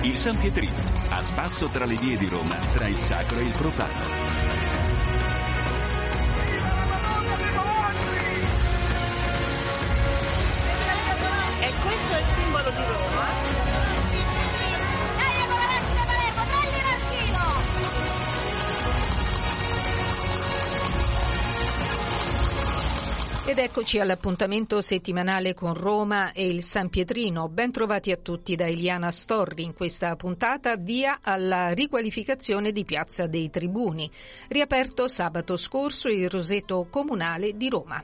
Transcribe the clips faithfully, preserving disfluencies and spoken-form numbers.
Il San Pietrino, a spasso tra le vie di Roma, tra il sacro e il profano. E questo è il simbolo di Roma. Dai, Paparazzi da Palermo, togli un archino! Ed eccoci all'appuntamento settimanale con Roma e il San Pietrino. Ben trovati a tutti da Eliana Storri. In questa puntata via alla riqualificazione di Piazza dei Tribuni. Riaperto sabato scorso il Roseto Comunale di Roma.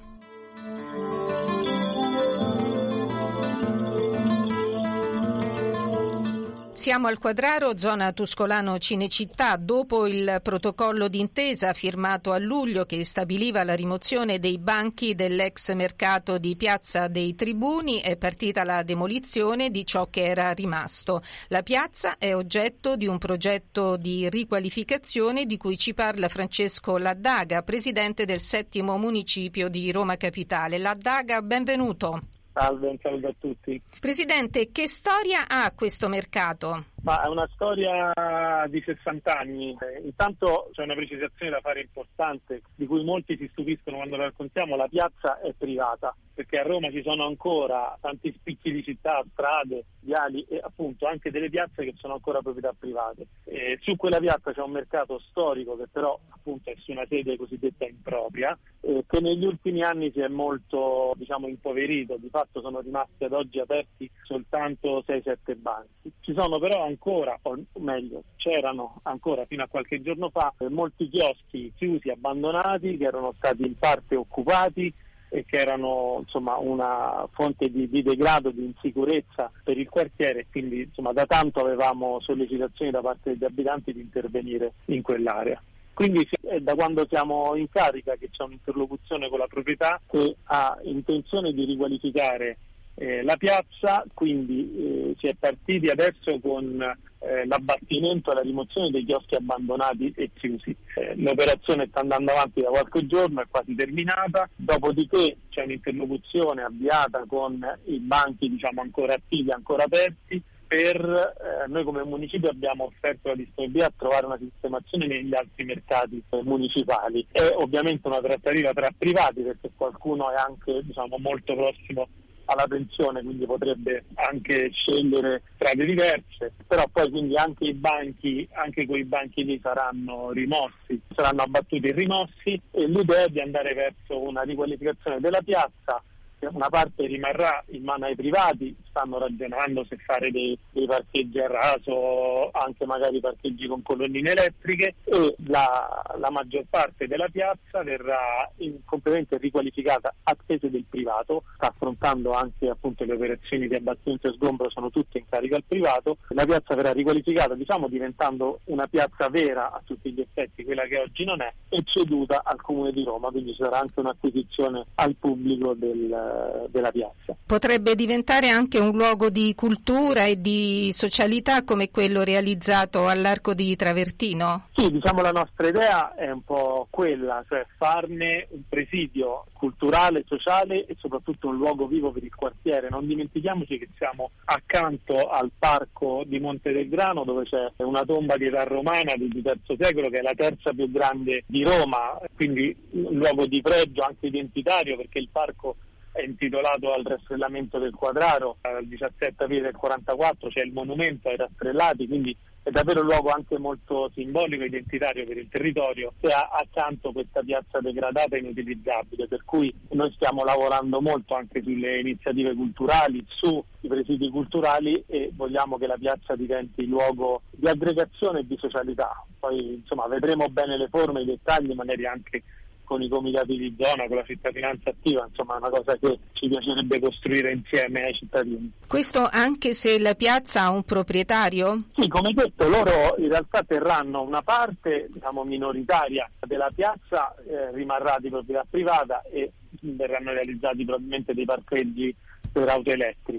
Siamo al Quadraro, zona Tuscolano Cinecittà. Dopo il protocollo d'intesa firmato a luglio che stabiliva la rimozione dei banchi dell'ex mercato di Piazza dei Tribuni, è partita la demolizione di ciò che era rimasto. La piazza è oggetto di un progetto di riqualificazione di cui ci parla Francesco Laddaga, presidente del settimo municipio di Roma Capitale. Laddaga, benvenuto. Salve, un saluto a tutti. Presidente, che storia ha questo mercato? Ma è una storia di sessanta anni. Eh, intanto c'è una precisazione da fare importante, di cui molti si stupiscono quando la raccontiamo: la piazza è privata, perché a Roma ci sono ancora tanti spicchi di città, strade, viali e appunto anche delle piazze che sono ancora proprietà private. E su quella piazza c'è un mercato storico che però appunto è su una sede cosiddetta impropria, eh, che negli ultimi anni si è molto, diciamo, impoverito. Di fatto sono rimasti ad oggi aperti soltanto sei sette banchi. Ci sono però ancora, o meglio, c'erano ancora fino a qualche giorno fa eh, molti chioschi chiusi, abbandonati, che erano stati in parte occupati e che erano insomma una fonte di, di degrado, di insicurezza per il quartiere. Quindi insomma da tanto avevamo sollecitazioni da parte degli abitanti di intervenire in quell'area. Quindi è da quando siamo in carica che c'è un'interlocuzione con la proprietà che ha intenzione di riqualificare eh, la piazza, quindi eh, si è partiti adesso con eh, l'abbattimento e la rimozione dei chioschi abbandonati e chiusi. Eh, l'operazione sta andando avanti da qualche giorno, è quasi terminata, dopodiché c'è un'interlocuzione avviata con i banchi, diciamo, ancora attivi, ancora aperti. Per eh, noi come municipio abbiamo offerto la disponibilità a trovare una sistemazione negli altri mercati eh, municipali. È ovviamente una trattativa tra privati, perché qualcuno è anche, diciamo, molto prossimo alla pensione, quindi potrebbe anche scegliere strade diverse, però poi quindi anche i banchi, anche quei banchi lì saranno rimossi, saranno abbattuti e rimossi, e l'idea è di andare verso una riqualificazione della piazza. Una parte rimarrà in mano ai privati, stanno ragionando se fare dei, dei parcheggi a raso, anche magari parcheggi con colonnine elettriche, e la, la maggior parte della piazza verrà in, completamente riqualificata a spese del privato. Sta affrontando anche appunto le operazioni di abbattimento e sgombro, sono tutte in carico al privato. La piazza verrà riqualificata, diciamo, diventando una piazza vera a tutti gli effetti, quella che oggi non è, e ceduta al Comune di Roma, quindi ci sarà anche un'acquisizione al pubblico del della piazza. Potrebbe diventare anche un luogo di cultura e di socialità come quello realizzato all'Arco di Travertino? Sì, diciamo la nostra idea è un po' quella, cioè farne un presidio culturale, sociale e soprattutto un luogo vivo per il quartiere. Non dimentichiamoci che siamo accanto al parco di Monte del Grano, dove c'è una tomba di età romana del terzo secolo, che è la terza più grande di Roma, quindi un luogo di pregio anche identitario, perché il parco è intitolato al rastrellamento del Quadraro. Al diciassette aprile del quarantaquattro c'è il monumento ai rastrellati, quindi è davvero un luogo anche molto simbolico e identitario per il territorio, e ha accanto questa piazza degradata e inutilizzabile, per cui noi stiamo lavorando molto anche sulle iniziative culturali, sui presidi culturali, e vogliamo che la piazza diventi luogo di aggregazione e di socialità. Poi insomma vedremo bene le forme, i dettagli, magari anche con i comitati di zona, con la cittadinanza attiva, insomma è una cosa che ci piacerebbe costruire insieme ai cittadini. Questo anche se la piazza ha un proprietario? Sì, come detto, loro in realtà terranno una parte, diciamo, minoritaria della piazza, eh, rimarrà di proprietà privata, e verranno realizzati probabilmente dei parcheggi per auto elettriche.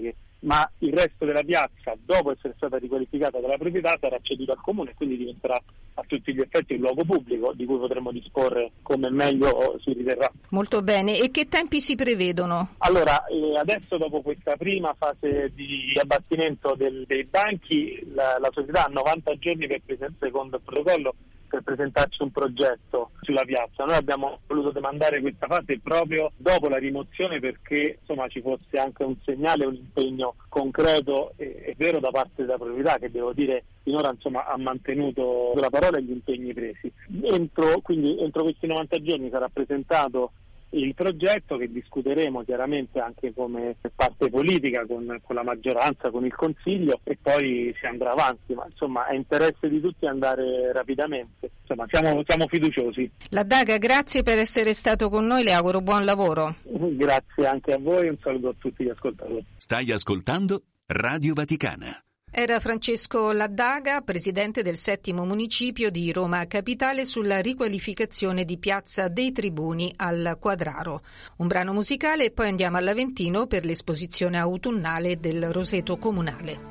ma il resto della piazza, dopo essere stata riqualificata dalla proprietà, sarà ceduta al comune e quindi diventerà a tutti gli effetti un luogo pubblico di cui potremo disporre come meglio si riterrà. Molto bene, e che tempi si prevedono? Allora, eh, adesso dopo questa prima fase di abbattimento del, dei banchi, la, la società ha novanta giorni per presentare, secondo il protocollo, per presentarci un progetto sulla piazza. Noi abbiamo voluto demandare questa fase proprio dopo la rimozione perché insomma ci fosse anche un segnale, un impegno concreto e, e vero da parte della proprietà, che devo dire finora insomma ha mantenuto la parola e gli impegni presi. Entro, quindi entro questi novanta giorni sarà presentato il progetto che discuteremo chiaramente anche come parte politica con, con la maggioranza, con il Consiglio, e poi si andrà avanti, ma insomma è interesse di tutti andare rapidamente, insomma siamo, siamo fiduciosi. Laddaga, grazie per essere stato con noi, le auguro buon lavoro. Grazie anche a voi, un saluto a tutti gli ascoltatori. Stai ascoltando Radio Vaticana. Era Francesco Laddaga, presidente del settimo municipio di Roma Capitale, sulla riqualificazione di Piazza dei Tribuni al Quadraro. Un brano musicale e poi andiamo all'Aventino per l'esposizione autunnale del Roseto Comunale.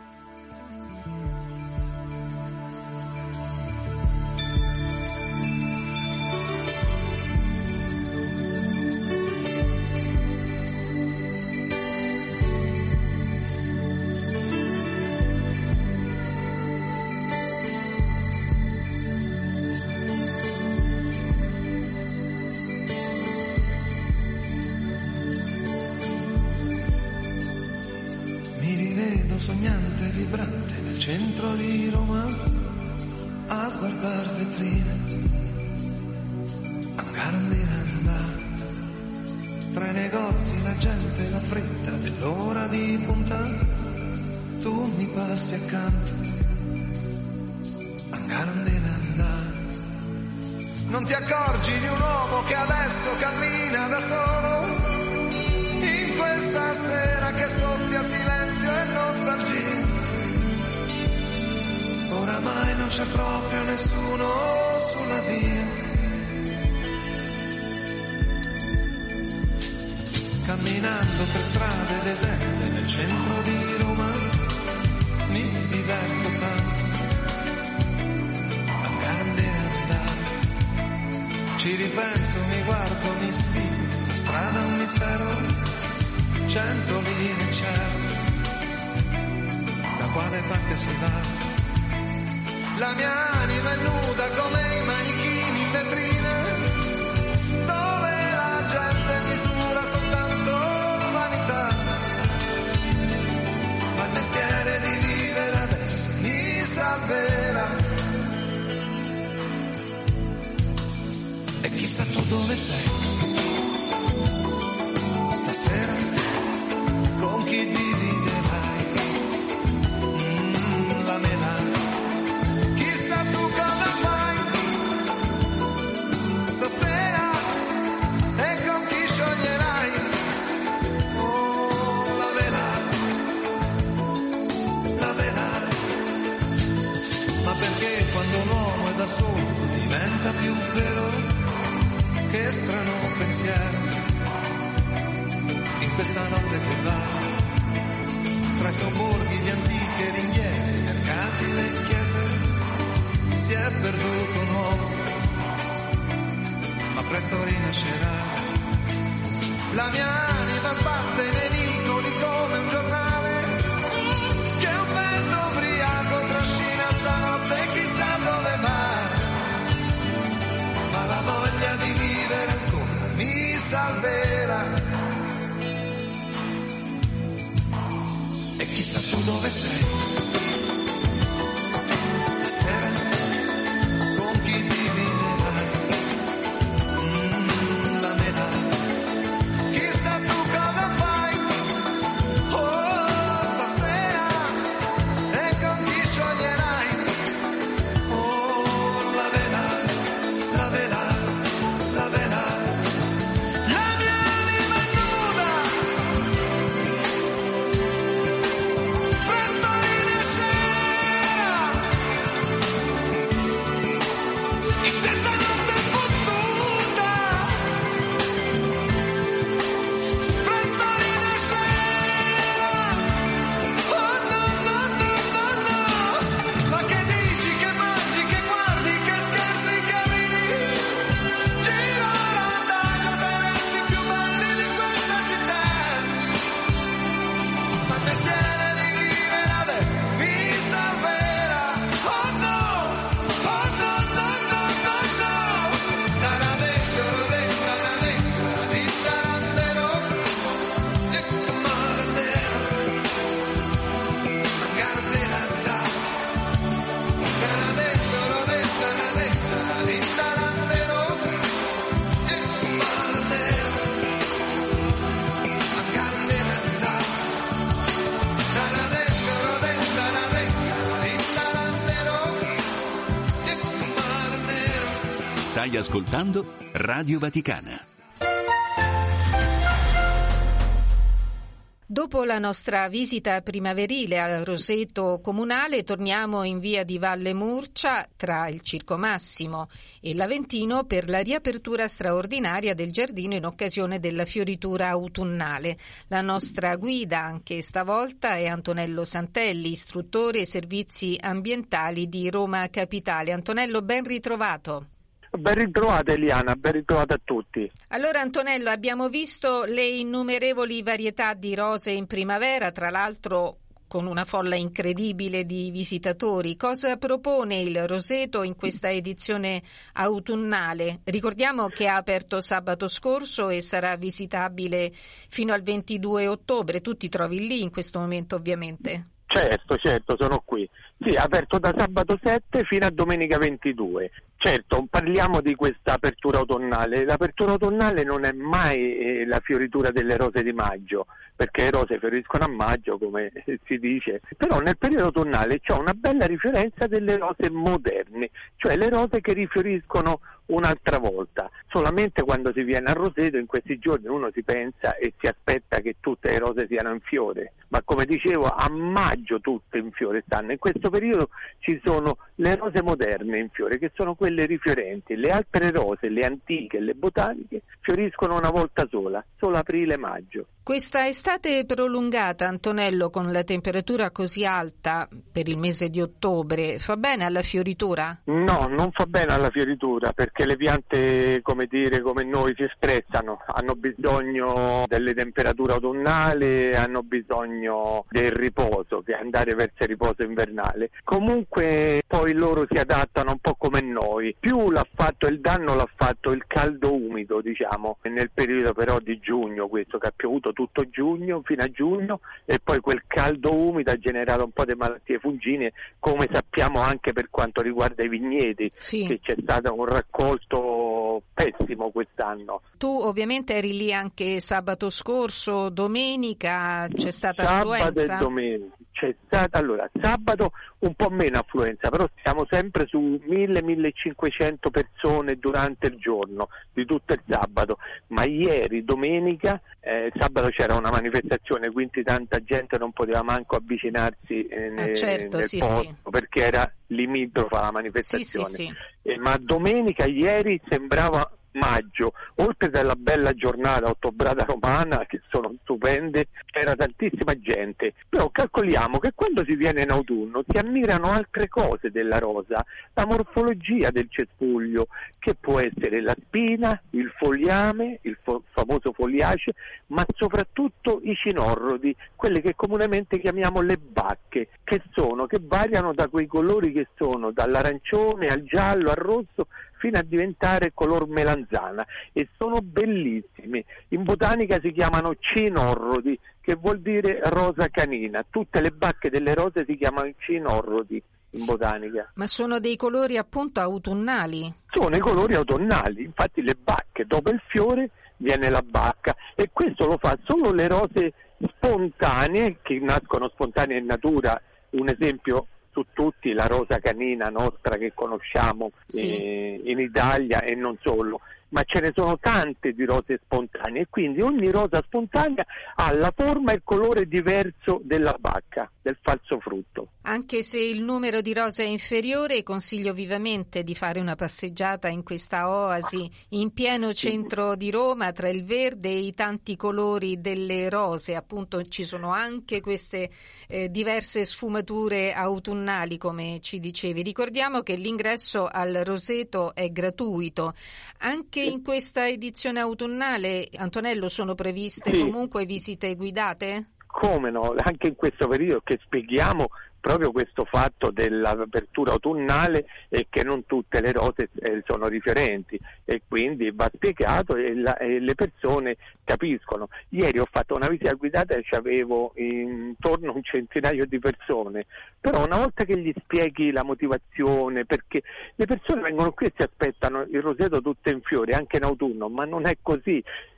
Sognante e vibrante nel centro di Roma a guardar vetrine, angarandinanda, tra i negozi la gente, la fretta dell'ora di punta, tu mi passi accanto, angarandinanda, non ti accorgi di un uomo che adesso cammina da solo in questa sera che soffia silenzio e nostalgia. Oramai non c'è proprio nessuno sulla via. Camminando per strade deserte nel centro di Roma mi diverto tanto a grande andare. Ci ripenso, mi guardo, mi sfido, la strada è un mistero. Cento linee in cielo, da quale parte si va? La mia anima è nuda come i manichini in vetrine, dove la gente misura soltanto vanità. Ma il mestiere di vivere adesso mi salverà. E chissà tu dove sei stasera. Con chi dividerai mm, la mela? Chissà tu cosa fai stasera e con chi scioglierai oh, la vela, la vela. Ma perché quando un uomo è da solo diventa più vero? Che strano pensiero in questa notte che va, tra i sobborghi di antiche ringhiere, i mercati, le chiese, si è perduto un uomo, ma presto rinascerà. La mia anima sbatte nei vicoli come un giornale, che un vento ubriaco trascina stanotte chissà dove va. Ma la voglia di vivere ancora mi salverà. E chissà tu dove sei stasera, con chi dividerai mm, la mela. Chissà tu cosa fai oh, stasera e con chi scioglierai oh, la vela, la vela, la vela. La mia anima è nuda, presto rinascerà. ascoltando Radio Vaticana. Dopo la nostra visita primaverile al Roseto Comunale, torniamo in via di Valle Murcia tra il Circo Massimo e l'Aventino per la riapertura straordinaria del giardino in occasione della fioritura autunnale. La nostra guida anche stavolta è Antonello Santelli, istruttore e servizi ambientali di Roma Capitale. Antonello, ben ritrovato. Ben ritrovata Eliana, ben ritrovata a tutti. Allora Antonello, abbiamo visto le innumerevoli varietà di rose in primavera, tra l'altro con una folla incredibile di visitatori. Cosa propone il Roseto in questa edizione autunnale? Ricordiamo che ha aperto sabato scorso e sarà visitabile fino al ventidue ottobre. Tu ti trovi lì in questo momento, ovviamente. Certo, certo, sono qui. Sì, aperto da sabato sette fino a domenica ventidue. Certo, parliamo di questa apertura autunnale. L'apertura autunnale non è mai eh, la fioritura delle rose di maggio, perché le rose fioriscono a maggio, come si dice, però nel periodo autunnale c'è una bella rifiorenza delle rose moderne, cioè le rose che rifioriscono un'altra volta. Solamente quando si viene a Roseto in questi giorni uno si pensa e si aspetta che tutte le rose siano in fiore, ma come dicevo a maggio tutte in fiore stanno. In questo periodo ci sono le rose moderne in fiore, che sono quelle rifiorenti. Le altre rose, le antiche, le botaniche, fioriscono una volta sola, solo aprile e maggio. Questa estate prolungata, Antonello, con la temperatura così alta per il mese di ottobre, fa bene alla fioritura? No, non fa bene alla fioritura, perché le piante, come dire, come noi, si stressano, hanno bisogno delle temperature autunnali, hanno bisogno del riposo, che è andare verso il riposo invernale. Comunque poi loro si adattano un po' come noi. Più l'ha fatto il danno l'ha fatto il caldo umido, diciamo, nel periodo però di giugno, questo che ha piovuto tutto giugno fino a giugno, e poi quel caldo umido ha generato un po' di malattie fungine, come sappiamo anche per quanto riguarda i vigneti, sì, che c'è stato un raccolto pessimo quest'anno. Tu ovviamente eri lì anche sabato scorso, domenica c'è stata sabato affluenza? Sabato e domenica c'è stata, allora sabato un po' meno affluenza, però siamo sempre su mille millecinquecento persone durante il giorno di tutto il sabato, ma ieri domenica, eh, sabato c'era una manifestazione, quindi tanta gente non poteva manco avvicinarsi eh, ah, certo, nel sì, posto, sì, perché era limitrofa la manifestazione. Sì, sì, sì. Eh, ma domenica ieri sembrava maggio, oltre alla bella giornata ottobrata romana, che sono stupende, c'era tantissima gente, però calcoliamo che quando si viene in autunno si ammirano altre cose della rosa, la morfologia del cespuglio, che può essere la spina, il fogliame, il fo- famoso foliace, ma soprattutto i cinorrodi, quelle che comunemente chiamiamo le bacche, che sono, che variano da quei colori che sono dall'arancione al giallo al rosso fino a diventare color melanzana, e sono bellissimi. In botanica si chiamano cinorrodi, che vuol dire rosa canina. Tutte le bacche delle rose si chiamano cinorrodi in botanica. Ma sono dei colori appunto autunnali? Sono i colori autunnali, infatti le bacche, dopo il fiore viene la bacca, e questo lo fa solo le rose spontanee, che nascono spontanee in natura. Un esempio su tutti, la rosa canina nostra che conosciamo, sì, eh, in Italia e non solo, ma ce ne sono tante di rose spontanee, e quindi ogni rosa spontanea ha la forma e il colore diverso della bacca, del falso frutto. Anche se il numero di rose è inferiore, consiglio vivamente di fare una passeggiata in questa oasi in pieno centro di Roma, tra il verde e i tanti colori delle rose. Appunto ci sono anche queste eh, diverse sfumature autunnali, come ci dicevi. Ricordiamo che l'ingresso al Roseto è gratuito. Anche in questa edizione autunnale, Antonello, sono previste sì. comunque visite guidate? Come no, anche in questo periodo che spieghiamo proprio questo fatto dell'apertura autunnale, e che non tutte le rose eh, sono rifiorenti, e quindi va spiegato e, la, e le persone capiscono. Ieri ho fatto una visita guidata e avevo intorno a un centinaio di persone, però una volta che gli spieghi la motivazione, perché le persone vengono qui e si aspettano il roseto tutto in fiore anche in autunno, ma non è così.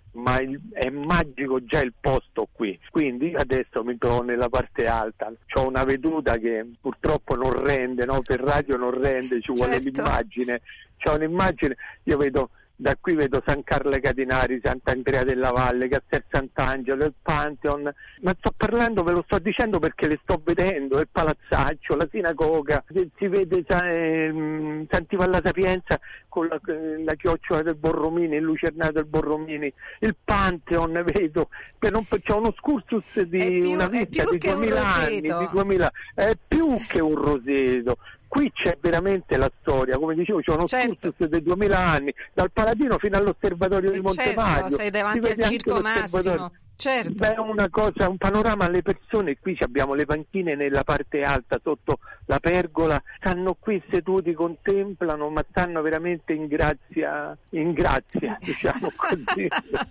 ma il, è magico già il posto qui. Quindi adesso mi trovo nella parte alta, c'ho una veduta che purtroppo non rende, no? Per radio non rende, ci vuole certo. l'immagine, c'ho un'immagine, io vedo da qui vedo San Carlo ai Catinari, Sant'Andrea della Valle, Castel Sant'Angelo, il Pantheon, ma sto parlando, ve lo sto dicendo perché le sto vedendo, il Palazzaccio, la sinagoga, si vede eh, Sant'Ivalla Sapienza con la, la chiocciola del Borromini, il lucernato del Borromini, il Pantheon, vedo, per non, c'è uno excursus di più, una vita di duemila anni, di duemila, è più che un roseto. Qui c'è veramente la storia, come dicevo, c'è uno certo. excursus dei duemila anni, dal Palatino fino all'osservatorio e di Monte certo, Mario. sei davanti al Circo Massimo. Certo. Beh, una cosa, un panorama alle persone, qui abbiamo le panchine nella parte alta, sotto la pergola, stanno qui seduti, contemplano, ma stanno veramente in grazia, in grazia, diciamo così.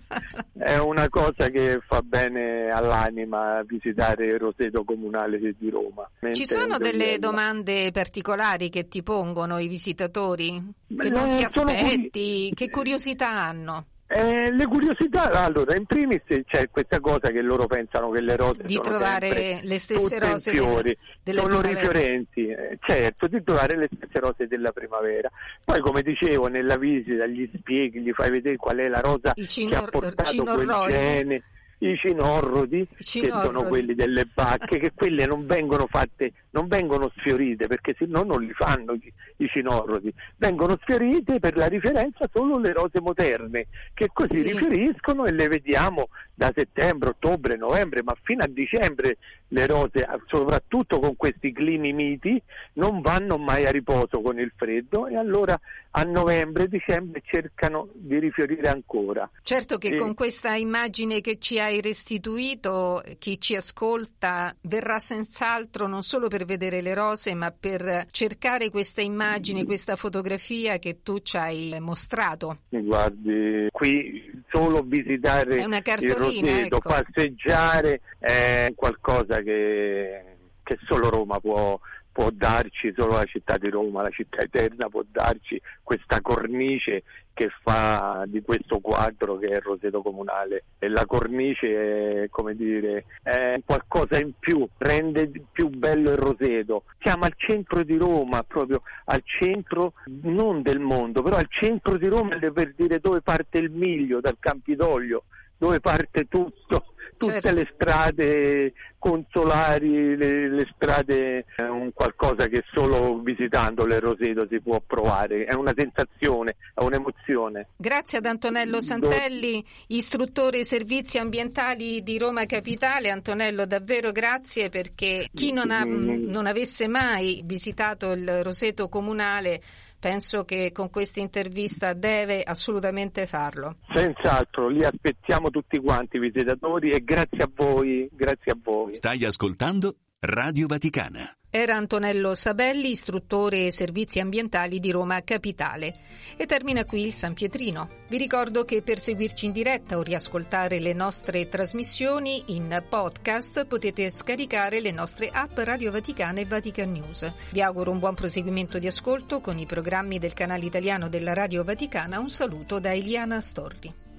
È una cosa che fa bene all'anima visitare il Roseto Comunale di Roma. Ci sono delle domande particolari che ti pongono i visitatori? Che non ti aspetti? Che curiosità hanno? Eh, le curiosità, allora, in primis c'è questa cosa che loro pensano che le rose di sono trovare le stesse rose fiori, delle sono primavera. rifiorenti, eh, certo, di trovare le stesse rose della primavera. Poi, come dicevo, nella visita gli spieghi, gli fai vedere qual è la rosa cinor- che ha portato cinorroi. quel gene. I cinorrodi, cinorrodi, che sono quelli delle bacche, che quelle non vengono fatte, non vengono sfiorite, perché se no non li fanno i, i cinorrodi, vengono sfiorite per la riferenza solo le rose moderne, che così sì. rifioriscono e le vediamo da settembre, ottobre, novembre, ma fino a dicembre le rose, soprattutto con questi climi miti, non vanno mai a riposo con il freddo e allora a novembre, dicembre cercano di rifiorire ancora. Certo che e... con questa immagine che ci hai restituito, chi ci ascolta verrà senz'altro non solo per vedere le rose, ma per cercare questa immagine, questa fotografia che tu ci hai mostrato. Guardi, qui solo visitare è una il cartolina, Roseto, ecco. passeggiare è qualcosa che, che solo Roma può può darci, solo la città di Roma, la città eterna può darci questa cornice che fa di questo quadro che è il Roseto Comunale, e la cornice è, come dire, è qualcosa in più, rende più bello il Roseto. Siamo al centro di Roma, proprio al centro non del mondo, però al centro di Roma, per dire dove parte il Miglio dal Campidoglio, dove parte tutto, tutte certo. le strade consolari, le, le strade, è un qualcosa che solo visitando il Roseto si può provare, è una sensazione, è un'emozione. Grazie ad Antonello Santelli, istruttore servizi ambientali di Roma Capitale. Antonello, davvero grazie, perché chi non, ha, non avesse mai visitato il Roseto Comunale, penso che con questa intervista deve assolutamente farlo. Senz'altro, li aspettiamo tutti quanti visitatori e grazie a voi, grazie a voi. Stai ascoltando Radio Vaticana. Era Antonello Sabelli, istruttore e servizi ambientali di Roma Capitale. E termina qui il San Pietrino. Vi ricordo che per seguirci in diretta o riascoltare le nostre trasmissioni in podcast potete scaricare le nostre app Radio Vaticana e Vatican News. Vi auguro un buon proseguimento di ascolto con i programmi del canale italiano della Radio Vaticana. Un saluto da Eliana Storri.